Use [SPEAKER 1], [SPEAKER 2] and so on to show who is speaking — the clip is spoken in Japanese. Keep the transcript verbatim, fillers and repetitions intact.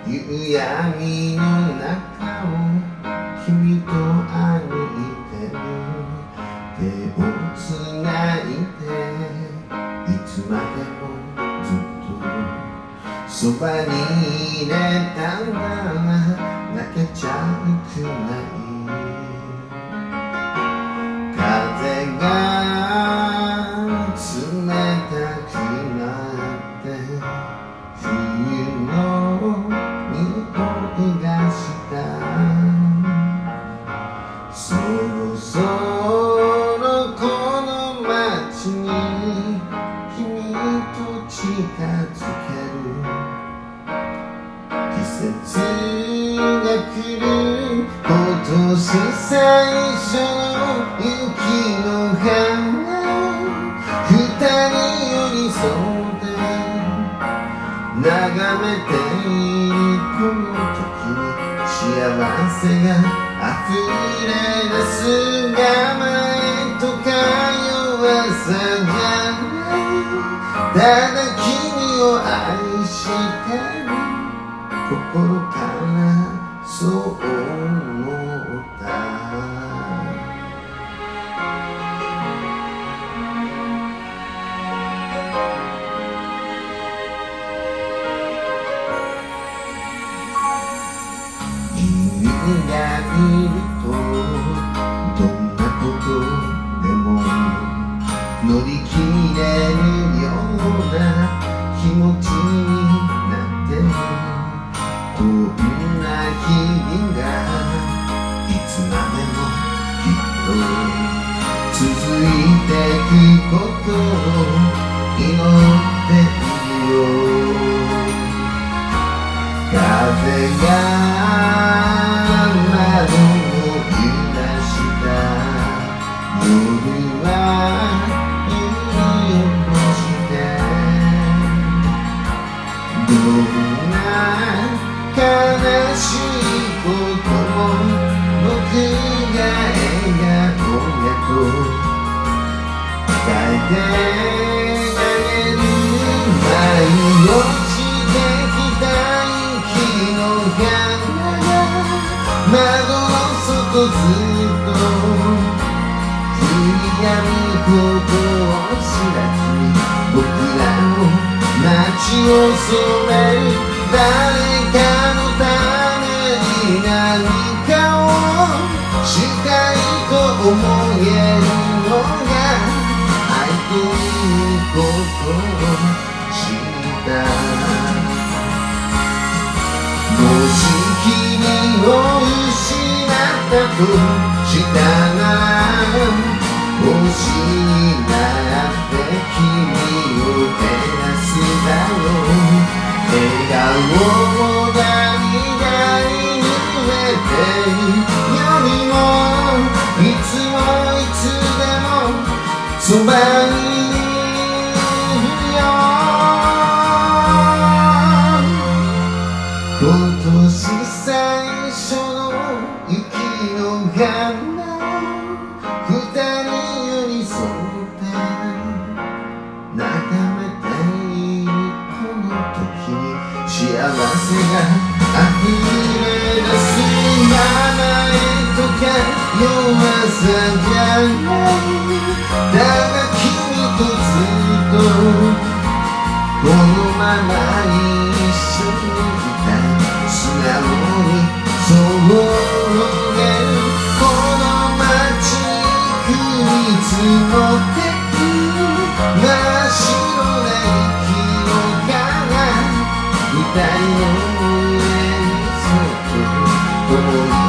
[SPEAKER 1] 夕闇の中を君と歩いてる、手をつないでいつまでもずっとそばにいれたんだな、泣けちゃうくらい風が冷たくなって冬の匂いがした、そろそろこの街に君と近づける、季節が来る今年最初の雪の花、二人寄り添って眺めているこの時に幸せが溢れ出す、我慢とか弱さじゃない、ただ君を愛してる、心からそう思った。君がいるとどんなことでも乗り切れるような気持ちになってる、こんな日々がいつまでもきっと続いてくことを祈っているよ。風が窓を揺らした夜は夕を越してどんな悲しいことも僕が笑顔やと伝えてあげる、舞い落ちてきた雪の花が窓の外ずっと降り止むことを知らずに僕らの街を染める、誰かのために何かをしたいと思えるのが愛ということを知った。もし君を失ったとしたら星になって君を照らすだろう、笑顔を涙に濡れてよりもいつもいつでもそばにいるよ。今年最初の雪の花、二人寄り添って眺めているこの時に幸せが溢れ出す、名前とか弱さじゃない、だが君とずっとこのまま一緒にいたい、素直にそう思える、この街に降り積もってく真っ白な雪の花、二人の上にそっと思い